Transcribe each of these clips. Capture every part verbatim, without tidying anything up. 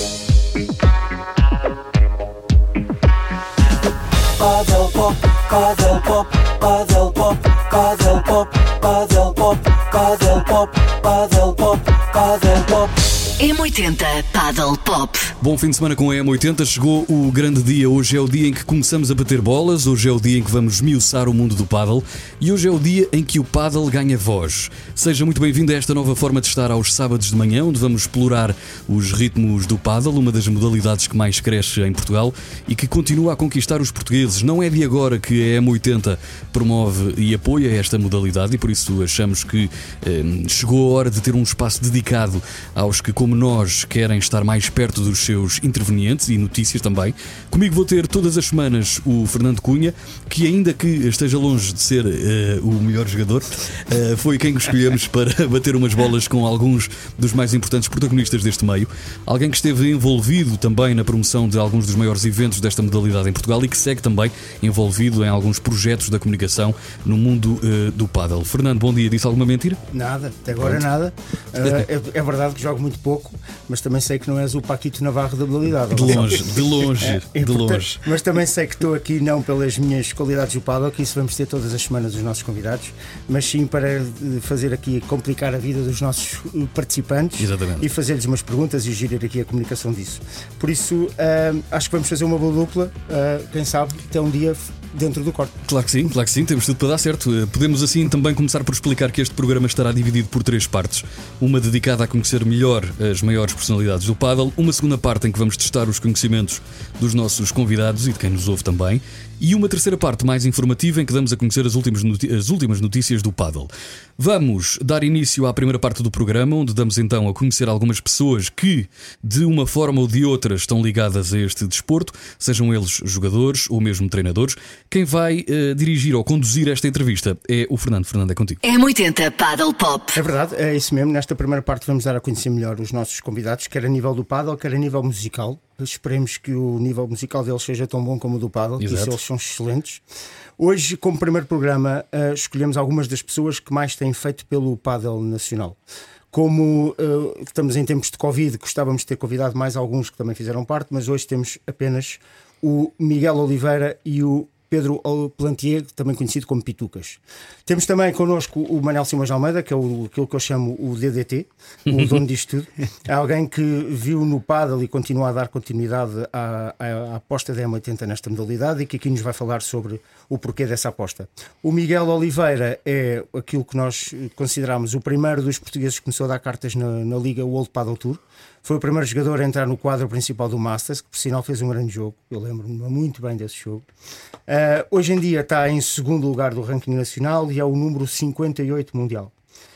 Paddle pop, paddle pop, paddle pop, paddle pop, paddle pop, paddle pop, paddle pop, paddle pop. M oitenta Paddle Pop. Bom fim de semana com a M oitenta. Chegou o grande dia. Hoje é o dia em que começamos a bater bolas. Hoje é o dia em que vamos esmiuçar o mundo do paddle. E hoje é o dia em que o paddle ganha voz. Seja muito bem-vindo a esta nova forma de estar aos sábados de manhã, onde vamos explorar os ritmos do paddle, uma das modalidades que mais cresce em Portugal e que continua a conquistar os portugueses. Não é de agora que a M oitenta promove e apoia esta modalidade e por isso achamos que eh, chegou a hora de ter um espaço dedicado aos que, como nós, querem estar mais perto dos seus intervenientes e notícias também. Comigo vou ter todas as semanas o Fernando Cunha, que ainda que esteja longe de ser uh, o melhor jogador, uh, foi quem escolhemos para bater umas bolas com alguns dos mais importantes protagonistas deste meio. Alguém que esteve envolvido também na promoção de alguns dos maiores eventos desta modalidade em Portugal e que segue também envolvido em alguns projetos da comunicação no mundo uh, do paddle. Fernando, bom dia. Disse alguma mentira? Nada, até agora Pronto. nada. Uh, é, é verdade que jogo muito pouco, mas também sei que não és o Paquito Navarro da modalidade. De longe, de longe, é, de portanto, longe. Mas também sei que estou aqui não pelas minhas qualidades do paddle, que isso vamos ter todas as semanas os nossos convidados, mas sim para fazer aqui, complicar a vida dos nossos participantes. Exatamente. E fazer-lhes umas perguntas e gerir aqui a comunicação disso. Por isso, uh, acho que vamos fazer uma boa dupla, uh, quem sabe, até um dia dentro do corte. Claro que sim, claro que sim, temos tudo para dar certo. Podemos assim também começar por explicar que este programa estará dividido por três partes. Uma dedicada a conhecer melhor as maiores personalidades do paddle, uma segunda parte em que vamos testar os conhecimentos dos nossos convidados e de quem nos ouve também, e uma terceira parte mais informativa em que damos a conhecer as últimas, as últimas notícias do paddle. Vamos dar início à primeira parte do programa, onde damos então a conhecer algumas pessoas que, de uma forma ou de outra, estão ligadas a este desporto, sejam eles jogadores ou mesmo treinadores. Quem vai uh, dirigir ou conduzir esta entrevista é o Fernando. Fernando, é contigo. M oitenta Paddle Pop. É verdade, é isso mesmo. Nesta primeira parte vamos dar a conhecer melhor os nossos convidados, quer a nível do paddle, quer a nível musical. Esperemos que o nível musical deles seja tão bom como o do paddle, que isso, eles são excelentes. Hoje, como primeiro programa, uh, escolhemos algumas das pessoas que mais têm feito pelo paddle nacional. Como uh, estamos em tempos de Covid, gostávamos de ter convidado mais alguns que também fizeram parte, mas hoje temos apenas o Miguel Oliveira e o Pedro Plantier, também conhecido como Pitucas. Temos também connosco o Manel Simões de Almeida, que é o, aquilo que eu chamo o D D T, o dono disto tudo. É alguém que viu no paddle e continua a dar continuidade à, à, à aposta da M oitenta nesta modalidade e que aqui nos vai falar sobre o porquê dessa aposta. O Miguel Oliveira é aquilo que nós consideramos o primeiro dos portugueses que começou a dar cartas na, na Liga World Paddle Tour. Foi o primeiro jogador a entrar no quadro principal do Masters, que por sinal fez um grande jogo. Eu lembro-me muito bem desse jogo. Uh, hoje em dia está em segundo lugar do ranking nacional e é o número cinquenta e oito mundial.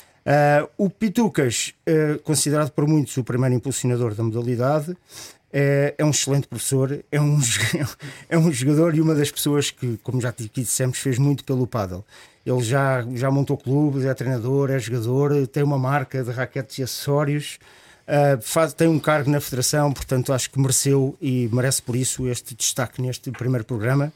Uh, o Pitucas, uh, considerado por muitos o primeiro impulsionador da modalidade, é, é um excelente professor, é um, é um jogador e uma das pessoas que, como já aqui dissemos, fez muito pelo paddle. Ele já, já montou clubes, é treinador, é jogador, tem uma marca de raquetes e acessórios. Uh, faz, tem um cargo na Federação, portanto acho que mereceu e merece por isso este destaque neste primeiro programa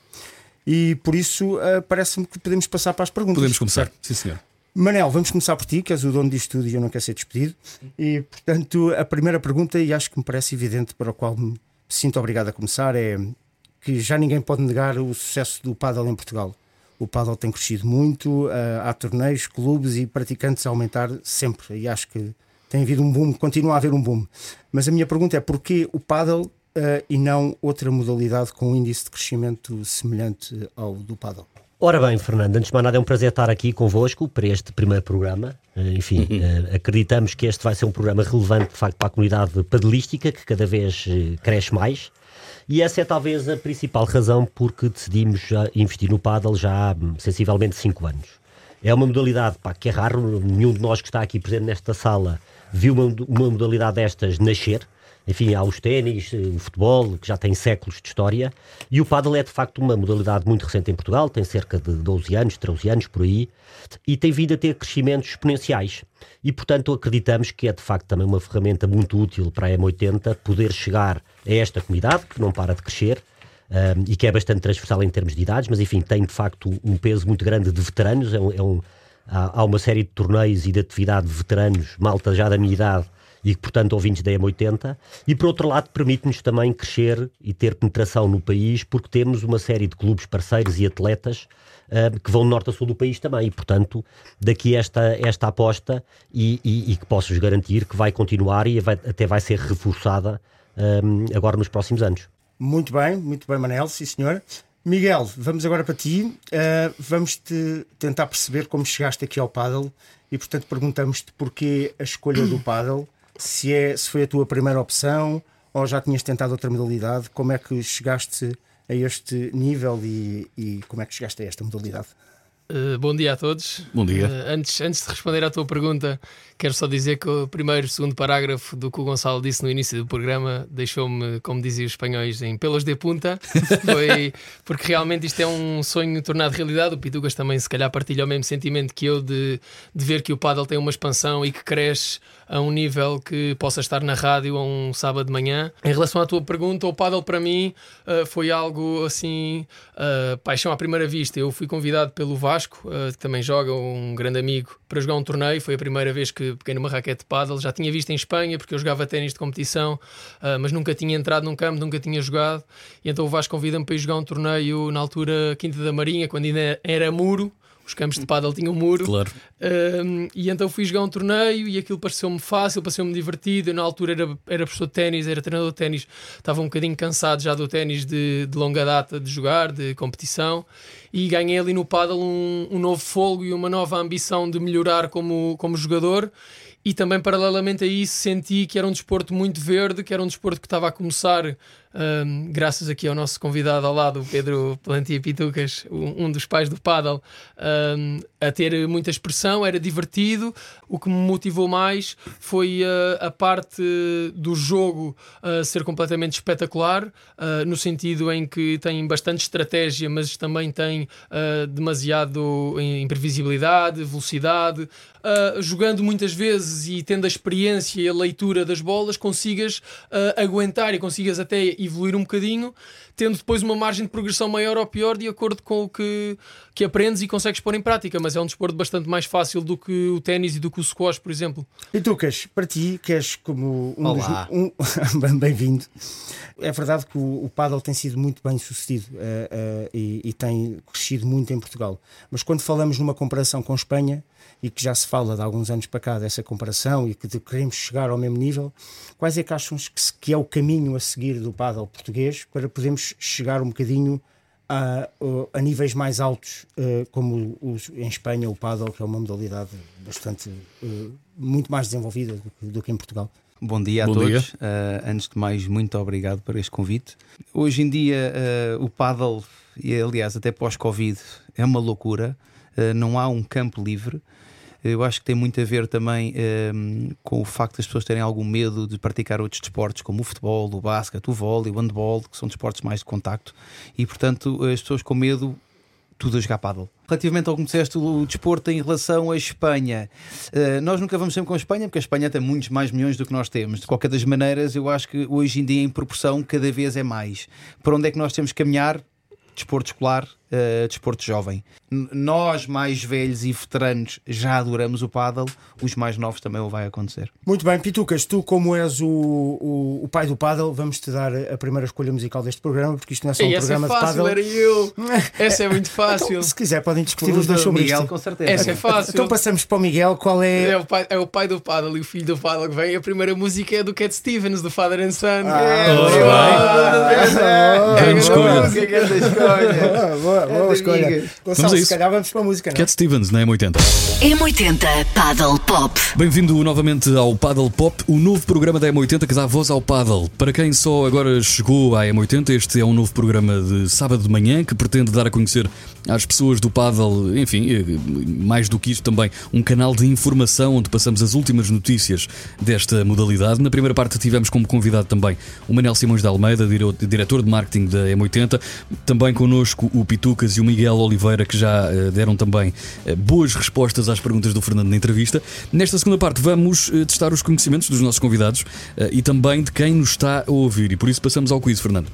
e por isso uh, parece-me que podemos passar para as perguntas. Podemos começar, certo? Sim senhor. Manel, vamos começar por ti, que és o dono disto tudo e eu não quero ser despedido e portanto a primeira pergunta, e acho que me parece evidente, para o qual me sinto obrigado a começar, é que já ninguém pode negar o sucesso do paddle em Portugal. O paddle tem crescido muito, uh, há torneios, clubes e praticantes a aumentar sempre e acho que tem havido um boom, continua a haver um boom. Mas a minha pergunta é porquê o paddle uh, e não outra modalidade com um índice de crescimento semelhante ao do paddle? Ora bem, Fernando, antes de mais nada é um prazer estar aqui convosco para este primeiro programa. Uh, enfim, uh, acreditamos que este vai ser um programa relevante de facto para a comunidade paddleística, que cada vez uh, cresce mais. E essa é talvez a principal razão porque decidimos já investir no paddle já há sensivelmente cinco anos. É uma modalidade pá, que é raro, nenhum de nós que está aqui presente nesta sala viu uma, uma modalidade destas nascer. Enfim, há os ténis, o futebol, que já tem séculos de história, e o paddle é de facto uma modalidade muito recente em Portugal, tem cerca de doze anos, treze anos por aí, e tem vindo a ter crescimentos exponenciais. E portanto acreditamos que é de facto também uma ferramenta muito útil para a M oitenta poder chegar a esta comunidade, que não para de crescer, um, e que é bastante transversal em termos de idades, mas enfim, tem de facto um peso muito grande de veteranos, é um, é um, há, há uma série de torneios e de atividade de veteranos, malta já da minha idade, e, portanto, ouvintes da M oitenta. E, por outro lado, permite-nos também crescer e ter penetração no país, porque temos uma série de clubes parceiros e atletas uh, que vão do norte a sul do país também. E, portanto, daqui esta, esta aposta e, e, e que posso-vos garantir que vai continuar e vai, até vai ser reforçada um, agora nos próximos anos. Muito bem, muito bem, Manel, sim senhor. Miguel, vamos agora para ti. Uh, vamos-te tentar perceber como chegaste aqui ao pádel e, portanto, perguntamos-te porquê a escolha do pádel, se, é, se foi a tua primeira opção ou já tinhas tentado outra modalidade, como é que chegaste a este nível e, e como é que chegaste a esta modalidade? Uh, bom dia a todos. Bom dia. Uh, antes, antes de responder à tua pergunta, quero só dizer que o primeiro e segundo parágrafo do que o Gonçalo disse no início do programa deixou-me, como diziam os espanhóis, em pelos de punta. Foi porque realmente isto é um sonho tornado realidade. O Pitucas também se calhar partilha o mesmo sentimento que eu de, de ver que o pádel tem uma expansão e que cresce a um nível que possa estar na rádio a um sábado de manhã. Em relação à tua pergunta, o pádel para mim uh, foi algo assim, uh, paixão à primeira vista. Eu fui convidado pelo Vasco, uh, que também joga, um grande amigo, para jogar um torneio. Foi a primeira vez que peguei numa raquete de pádel. Já tinha visto em Espanha, porque eu jogava ténis de competição, uh, mas nunca tinha entrado num campo, nunca tinha jogado. E então o Vasco convida-me para ir jogar um torneio na altura Quinta da Marinha, quando ainda era muro. Os campos de pádel tinham muro. Claro. Um, e então fui jogar um torneio e aquilo pareceu-me fácil, pareceu-me divertido. Eu, na altura era, era professor de ténis, era treinador de ténis. Estava um bocadinho cansado já do ténis de, de longa data de jogar, de competição. E ganhei ali no pádel um, um novo fôlego e uma nova ambição de melhorar como, como jogador. E também, paralelamente a isso, senti que era um desporto muito verde, que era um desporto que estava a começar, um, graças aqui ao nosso convidado ao lado, o Pedro Plantia Pitucas, um, um dos pais do pádel, um, a ter muita expressão, era divertido. O que me motivou mais foi uh, a parte do jogo uh, ser completamente espetacular, uh, no sentido em que tem bastante estratégia, mas também tem uh, demasiado imprevisibilidade, velocidade. Uh, jogando muitas vezes e tendo a experiência e a leitura das bolas, consigas uh, aguentar e consigas até evoluir um bocadinho, tendo depois uma margem de progressão maior ou pior de acordo com o que, que aprendes e consegues pôr em prática. Mas é um desporto bastante mais fácil do que o ténis e do que o squash, por exemplo. E Tucas, para ti, que és como um Olá. dos... Um... Bem-vindo. É verdade que o, o pádel tem sido muito bem sucedido uh, uh, e, e tem crescido muito em Portugal. Mas quando falamos numa comparação com Espanha, e que já se fala de alguns anos para cá dessa comparação e que queremos chegar ao mesmo nível, quais é que acham que, que é o caminho a seguir do pádel português para podermos chegar um bocadinho a, a níveis mais altos, como os, em Espanha o pádel, que é uma modalidade bastante, muito mais desenvolvida do que, do que em Portugal? Bom dia a Bom todos. dia. Uh, antes de mais, muito obrigado por este convite. Hoje em dia uh, o pádel, e aliás até pós-Covid, é uma loucura. Uh, não há um campo livre. Eu acho que tem muito a ver também um, com o facto das pessoas terem algum medo de praticar outros desportos, como o futebol, o basquete, o vôlei, o handball, que são desportos mais de contacto, e portanto as pessoas com medo, tudo a jogar pádel. Relativamente ao que me disseste, o desporto em relação à Espanha, uh, nós nunca vamos sempre com a Espanha, porque a Espanha tem muitos mais milhões do que nós temos. De qualquer das maneiras, eu acho que hoje em dia em proporção cada vez é mais. Para onde é que nós temos que caminhar? Desporto escolar, uh, desporto jovem. N- nós mais velhos e veteranos já adoramos o pádel, os mais novos também o vai acontecer. Muito bem, Pitucas, tu como és o, o, o pai do pádel, vamos-te dar a primeira escolha musical deste programa, porque isto não é só um Ei, essa programa é fácil, de pádel. era eu. Essa é muito fácil. Então, se quiser podem discutir os dois sobre Miguel, isto. com certeza. Essa é fácil. Então passamos para o Miguel, qual é... É o, pai, é o pai do pádel e o filho do pádel que vem. A primeira música é do Cat Stevens, do Father and Son. Ah, é, ora é, Grande escolha. música, grande escolha. Boa, boa, boa escolha. amigas. Gonçalo, Vamos a se isso. calhar vamos para a música, não? Cat Stevens na M oitenta. M oitenta Paddle Pop. Bem-vindo novamente ao Paddle Pop, o novo programa da M oitenta que dá voz ao paddle. Para quem só agora chegou à M oitenta, este é um novo programa de sábado de manhã que pretende dar a conhecer às pessoas do paddle, enfim, mais do que isto também, um canal de informação onde passamos as últimas notícias desta modalidade. Na primeira parte tivemos como convidado também o Manel Simões de Almeida, diretor de marketing da M oitenta, também connosco o Pitucas e o Miguel Oliveira, que já deram também boas respostas às perguntas do Fernando na entrevista. Nesta segunda parte vamos testar os conhecimentos dos nossos convidados e também de quem nos está a ouvir, e por isso passamos ao quiz, Fernando.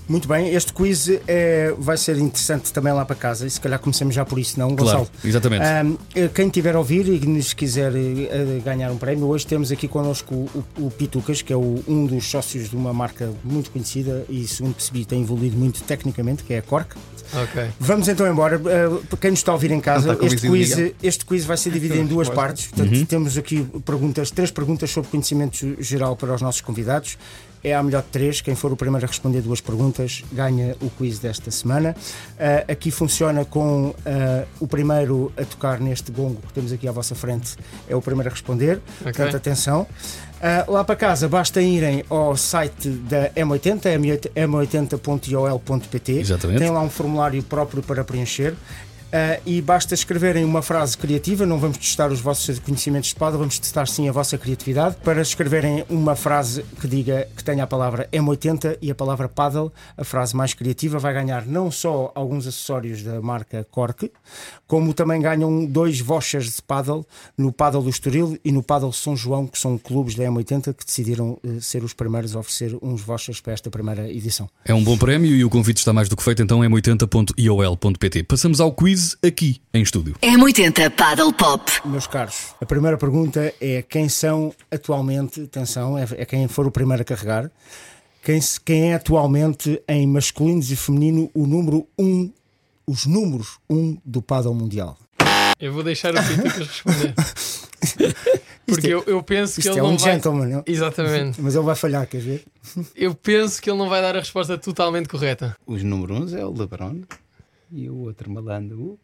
Muito bem, este quiz é, vai ser interessante também lá para casa e se calhar começamos já por isso, não, Gonçalo? Claro, exatamente. Um, quem tiver a ouvir e nos quiser uh, ganhar um prémio, hoje temos aqui connosco o, o, o Pitucas, que é o, um dos sócios de uma marca muito conhecida e, segundo percebi, tem evoluído muito tecnicamente, que é a Cork. Okay. Vamos então embora. Uh, para quem nos está a ouvir em casa, este quiz, este quiz vai ser dividido em duas partes. Portanto, uhum. temos aqui perguntas, três perguntas sobre conhecimento geral para os nossos convidados. É a melhor de três. Quem for o primeiro a responder duas perguntas ganha o quiz desta semana. Uh, aqui funciona com uh, o primeiro a tocar neste gongo que temos aqui à vossa frente é o primeiro a responder. Okay. Portanto, atenção. Uh, lá para casa basta irem ao site da M oitenta, m oitenta ponto i o l ponto p t. Exatamente. Tem lá um formulário próprio para preencher. Uh, e basta escreverem uma frase criativa. Não vamos testar os vossos conhecimentos de paddle, vamos testar sim a vossa criatividade. Para escreverem uma frase que diga que tenha a palavra M oitenta e a palavra paddle, a frase mais criativa vai ganhar não só alguns acessórios da marca Cork, como também ganham dois vouchers de paddle no Paddle do Estoril e no Paddle São João, que são clubes da M oitenta que decidiram uh, ser os primeiros a oferecer uns vouchers para esta primeira edição. É um bom prémio e o convite está mais do que feito, então m oitenta ponto i o l ponto p t. Passamos ao quiz aqui em estúdio. M oitenta Paddle Pop. Meus caros, a primeira pergunta é quem são atualmente, atenção, é, é quem for o primeiro a carregar, quem, quem é atualmente em masculinos e feminino o número um, os números um do paddle mundial. Eu vou deixar o Pitucas responder. Porque eu, eu penso que ele é não um vai... gentleman, não? Exatamente. Mas ele vai falhar, queres ver? Eu penso que ele não vai dar a resposta totalmente correta. Os número uns é o LeBron e o outro malandro, o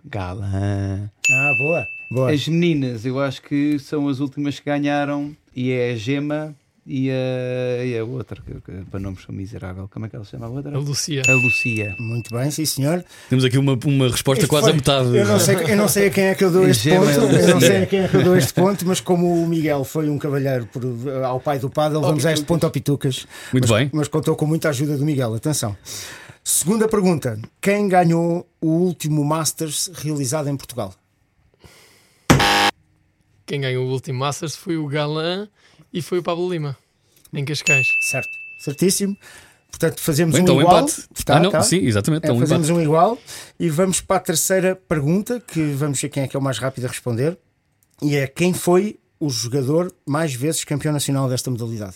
Galã. Ah, boa, boa. As meninas, eu acho que são as últimas que ganharam e é a Gema e a, e a outra, que, que, para nomes são miserável. Como é que ela se chama a outra? A Lucia. A Lucia. Muito bem, sim senhor. Temos aqui uma, uma resposta Este quase foi... a metade. Eu não, sei, eu não sei a quem é que eu dou este Gema ponto. é Eu não sei a quem é que eu dou este ponto, mas como o Miguel foi um cavalheiro por, ao pai do paddle, vamos a este ponto ao Pitucas. Muito mas, bem. Mas contou com muita ajuda do Miguel. Atenção. Segunda pergunta. Quem ganhou o último Masters realizado em Portugal? Quem ganhou o último Masters foi o Galã e foi o Pablo Lima, em Cascais. Certo, certíssimo. Portanto, fazemos Bem, um então, igual. empate. Está, ah, não, está. Sim, exatamente. É, então, fazemos empate. um igual e vamos para a terceira pergunta, que vamos ver quem é que é o mais rápido a responder. E é: quem foi o jogador mais vezes campeão nacional desta modalidade?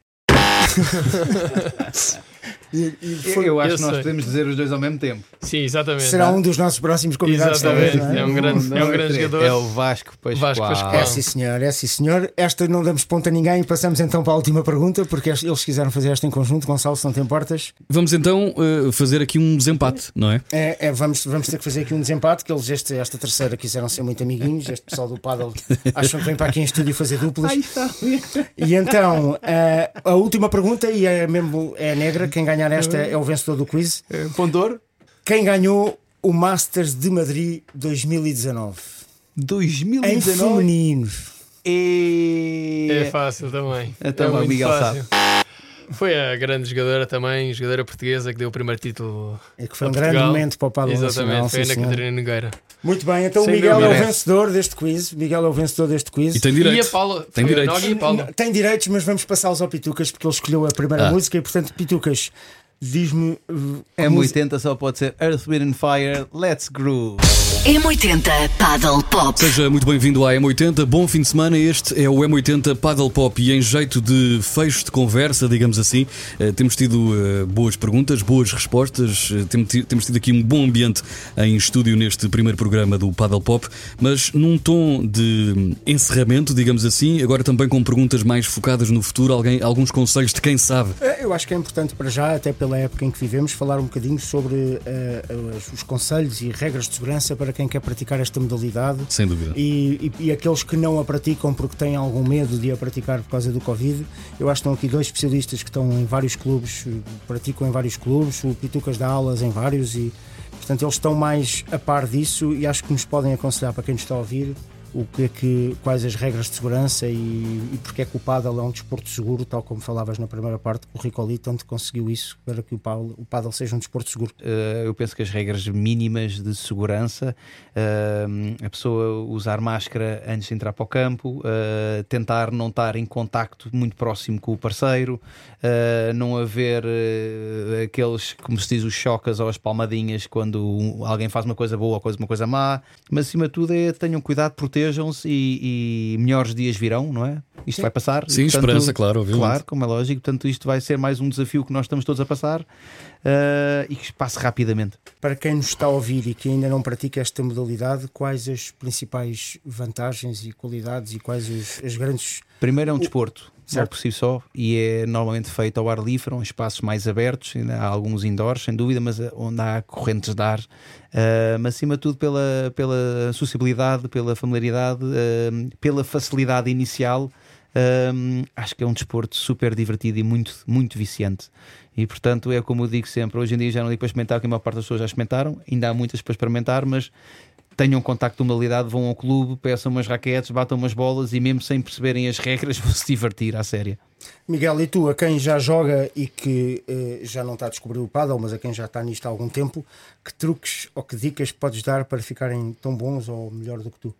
E, e foi, eu acho eu que nós sei. podemos dizer os dois ao mesmo tempo. Sim, exatamente. Será um dos nossos próximos convidados. Exatamente. Talvez, é? É um grande, não, é um grande jogador. É o Vasco Pascoal. Vasco Pascoal. É sim senhor, é sim senhor. Esta não damos ponto a ninguém e passamos então para a última pergunta, porque eles quiseram fazer esta em conjunto. Gonçalo, se não te importas. Vamos então uh, fazer aqui um desempate, não é? É, é vamos, vamos ter que fazer aqui um desempate, que eles este, esta terceira quiseram ser muito amiguinhos. Este pessoal do paddle acham que vem para aqui em estúdio fazer duplas. Ai, está. E então, uh, a última pergunta, e é mesmo é negra, quem ganhar esta é o vencedor do quiz. É, Pondor? Quem ganhou o Masters de Madrid dois mil e dezanove? dois mil e dezanove? Em femininos. E... É fácil também. Então, é muito Miguel fácil. sabe. Foi a grande jogadora também, jogadora portuguesa, que deu o primeiro título. É que foi um grande momento para o paddle nacional. Exatamente, foi a Ana sim, Catarina Nogueira. Muito bem, então o Sem Miguel dúvida. é o vencedor deste quiz. Miguel é o vencedor deste quiz. E tem direitos. E a Paula. Tem Foi a direitos. Nogue e a Paula. Tem direitos, mas vamos passá-los ao Pitucas, porque ele escolheu a primeira Ah. música e, portanto, Pitucas, diz-me. uh, a M música- oitenta só pode ser Earth, Wind and Fire, Let's Groove. M oitenta Paddle Pop. Seja muito bem-vindo à M oitenta, bom fim de semana. Este é o M oitenta Paddle Pop e em jeito de fecho de conversa, digamos assim, eh, temos tido eh, boas perguntas, boas respostas, eh, temos, ti- temos tido aqui um bom ambiente em estúdio neste primeiro programa do Paddle Pop, mas num tom de encerramento, digamos assim, agora também com perguntas mais focadas no futuro, alguém, alguns conselhos de quem sabe. Eu acho que é importante para já, até pela época em que vivemos, falar um bocadinho sobre uh, os, os conselhos e regras de segurança para quem quer praticar esta modalidade. Sem dúvida. E, e, e aqueles que não a praticam porque têm algum medo de a praticar por causa do Covid. Eu acho que estão aqui dois especialistas que estão em vários clubes, praticam em vários clubes, o Pitucas dá aulas em vários e, portanto, eles estão mais a par disso e acho que nos podem aconselhar, para quem nos está a ouvir, o que é que, quais as regras de segurança e, e porque é que o pádel é um desporto seguro, tal como falavas na primeira parte. O Ricoli tanto conseguiu isso para que o pádel, o pádel seja um desporto seguro. Uh, eu penso que as regras mínimas de segurança, uh, a pessoa usar máscara antes de entrar para o campo, uh, tentar não estar em contacto muito próximo com o parceiro, uh, não haver uh, aqueles, como se diz, os chocas ou as palmadinhas quando alguém faz uma coisa boa ou uma coisa má, mas acima de tudo é tenham cuidado, protejam-se e, e melhores dias virão, não é? Isto vai passar. Sim, portanto, esperança, claro, obviamente. Claro, como é lógico, portanto isto vai ser mais um desafio que nós estamos todos a passar uh, e que passe rapidamente. Para quem nos está a ouvir e que ainda não pratica esta modalidade, quais as principais vantagens e qualidades e quais os, as grandes... Primeiro é um desporto, só por si só, e é normalmente feito ao ar livre, em espaços mais abertos, ainda há alguns indoors, sem dúvida, mas onde há correntes de ar, uh, mas acima de tudo pela, pela sociabilidade, pela familiaridade, uh, pela facilidade inicial. Um, acho que é um desporto super divertido e muito, muito viciante. E portanto é como eu digo sempre, hoje em dia já não digo para experimentar, porque a maior parte das pessoas já experimentaram, ainda há muitas para experimentar, mas tenham contacto de modalidade, vão ao clube, peçam umas raquetes, batam umas bolas e mesmo sem perceberem as regras vão se divertir à séria. Miguel, e tu, a quem já joga e que eh, já não está a descobrir o pádel, mas a quem já está nisto há algum tempo, que truques ou que dicas podes dar para ficarem tão bons ou melhor do que tu?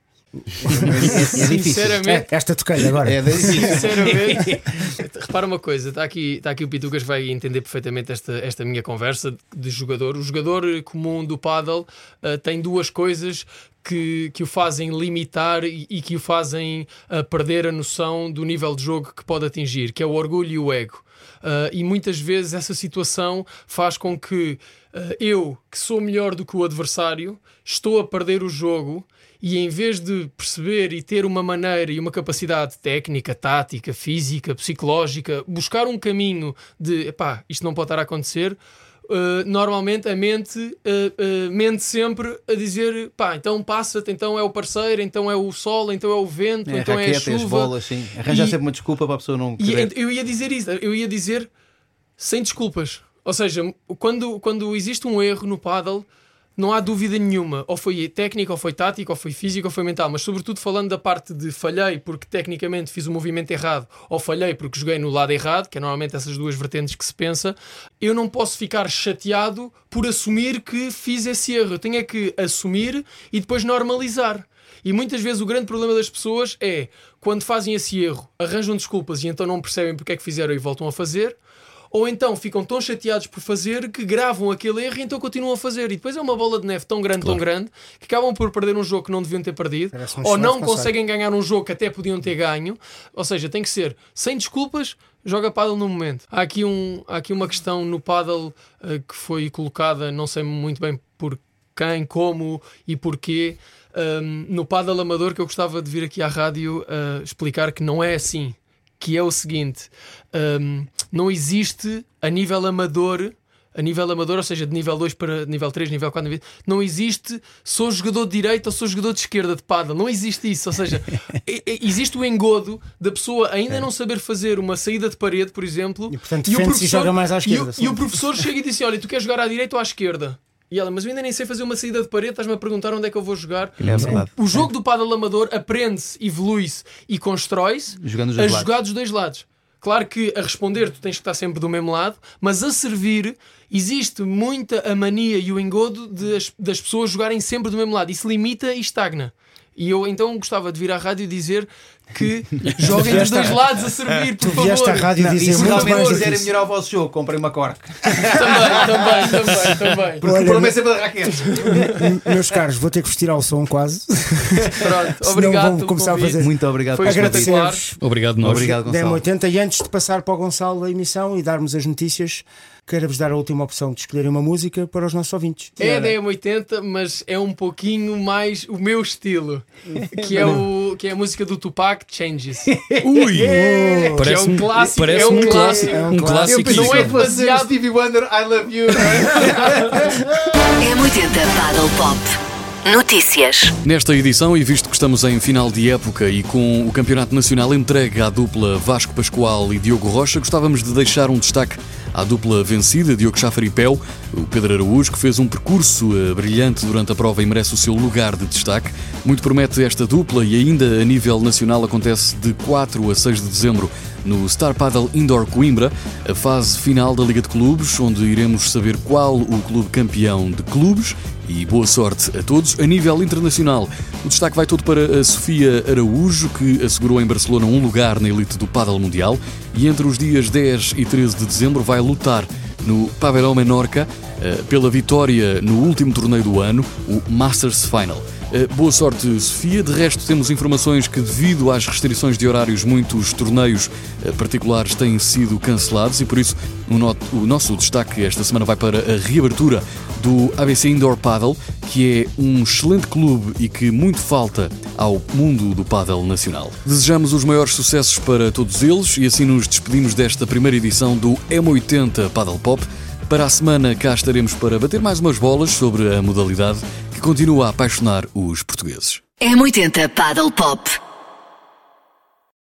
É, é Sinceramente, é, esta toquei agora. É sinceramente, repara uma coisa, está aqui, está aqui o Pitucas, vai entender perfeitamente esta, esta minha conversa de jogador. O jogador comum do pádel uh, tem duas coisas que, que o fazem limitar e, e que o fazem uh, perder a noção do nível de jogo que pode atingir, que é o orgulho e o ego. Uh, e muitas vezes essa situação faz com que uh, eu, que sou melhor do que o adversário, estou a perder o jogo. E em vez de perceber e ter uma maneira e uma capacidade técnica, tática, física, psicológica, buscar um caminho de, epá, isto não pode estar a acontecer, uh, normalmente a mente uh, uh, mente sempre a dizer, pá, então passa-te, então é o parceiro, então é o sol, então é o vento, é, então é a chuva. As bolas, sim. Arranjar e, sempre uma desculpa para a pessoa não querer. E eu ia dizer isso, eu ia dizer sem desculpas. Ou seja, quando, quando existe um erro no pádel, não há dúvida nenhuma, ou foi técnica, ou foi tática, ou foi física, ou foi mental, mas sobretudo falando da parte de falhei porque tecnicamente fiz o movimento errado, ou falhei porque joguei no lado errado, que é normalmente essas duas vertentes que se pensa, eu não posso ficar chateado por assumir que fiz esse erro. Eu tenho é que assumir e depois normalizar. E muitas vezes o grande problema das pessoas é, quando fazem esse erro, arranjam desculpas e então não percebem porque é que fizeram e voltam a fazer, ou então ficam tão chateados por fazer que gravam aquele erro e então continuam a fazer. E depois é uma bola de neve tão grande, claro, tão grande, que acabam por perder um jogo que não deviam ter perdido, ou não conseguem ganhar um jogo que até podiam ter ganho. Ou seja, tem que ser sem desculpas, joga pádel no momento. Há aqui, um, há aqui uma questão no pádel uh, que foi colocada, não sei muito bem por quem, como e porquê, um, no pádel amador, que eu gostava de vir aqui à rádio uh, explicar que não é assim. Que é o seguinte, um, não existe a nível amador, a nível amador, ou seja, de nível dois para nível três, nível quatro, nível... não existe sou jogador de direita ou sou jogador de esquerda de pádel, não existe isso, ou seja, existe o engodo da pessoa ainda é. não saber fazer uma saída de parede, por exemplo, e portanto e o professor, joga mais à esquerda, e o, e o professor chega e diz assim, olha, tu queres jogar à direita ou à esquerda? E ela, mas eu ainda nem sei fazer uma saída de parede, estás-me a perguntar onde é que eu vou jogar. É verdade. O jogo do pádel amador aprende-se, evolui-se e constrói-se a jogar dos dois lados. Claro que a responder tu tens que estar sempre do mesmo lado, mas a servir existe muita a mania e o engodo de as, das pessoas jogarem sempre do mesmo lado. Isso limita e estagna. E eu então gostava de vir à rádio e dizer que joguem dos dois lados a servir, por tu favor. Vieste à rádio não, dizer e se muito realmente mais quiserem melhorar o vosso jogo, comprem uma cork. Também, também, também, também. Porque o problema é sempre a raquete. Meus caros, vou ter que vestir ao som quase. Pronto, obrigado. Vamos começar a fazer. Muito obrigado. Foi espetacular. Obrigado, nós. Obrigado, Gonçalo. D M oitenta, e antes de passar para o Gonçalo a emissão e darmos as notícias, quero-vos dar a última opção de escolherem uma música para os nossos ouvintes. É D M oitenta, mas é um pouquinho mais o meu estilo, que é, o, que é a música do Tupac, Changes. Ui! Yeah! Parece que é um clássico. Parece é um um clássico. clássico. É um Um clássico. clássico. Não é Você, demasiado. Stevie Wonder, I love you. M oitenta Paddle Pop. Notícias. Nesta edição, e visto que estamos em final de época e com o Campeonato Nacional entregue à dupla Vasco Pascoal e Diogo Rocha, gostávamos de deixar um destaque à dupla vencida, Diogo Schaffer e Peu, o Pedro Araújo, que fez um percurso uh, brilhante durante a prova e merece o seu lugar de destaque. Muito promete esta dupla e ainda a nível nacional acontece de quatro a seis de dezembro no Star Paddle Indoor Coimbra, a fase final da Liga de Clubes, onde iremos saber qual o clube campeão de clubes. E boa sorte a todos. A nível internacional, o destaque vai todo para a Sofia Araújo, que assegurou em Barcelona um lugar na elite do Paddle Mundial e entre os dias dez e treze de dezembro vai lutar no Pavilhão Menorca pela vitória no último torneio do ano, o Masters Final. Boa sorte, Sofia. De resto, temos informações que, devido às restrições de horários, muitos torneios particulares têm sido cancelados e, por isso, o, not- o nosso destaque esta semana vai para a reabertura do A B C Indoor Paddle, que é um excelente clube e que muito falta ao mundo do paddle nacional. Desejamos os maiores sucessos para todos eles e assim nos despedimos desta primeira edição do M oitenta Paddle Pop. Para a semana cá estaremos para bater mais umas bolas sobre a modalidade que continua a apaixonar os portugueses. M oitenta Paddle Pop.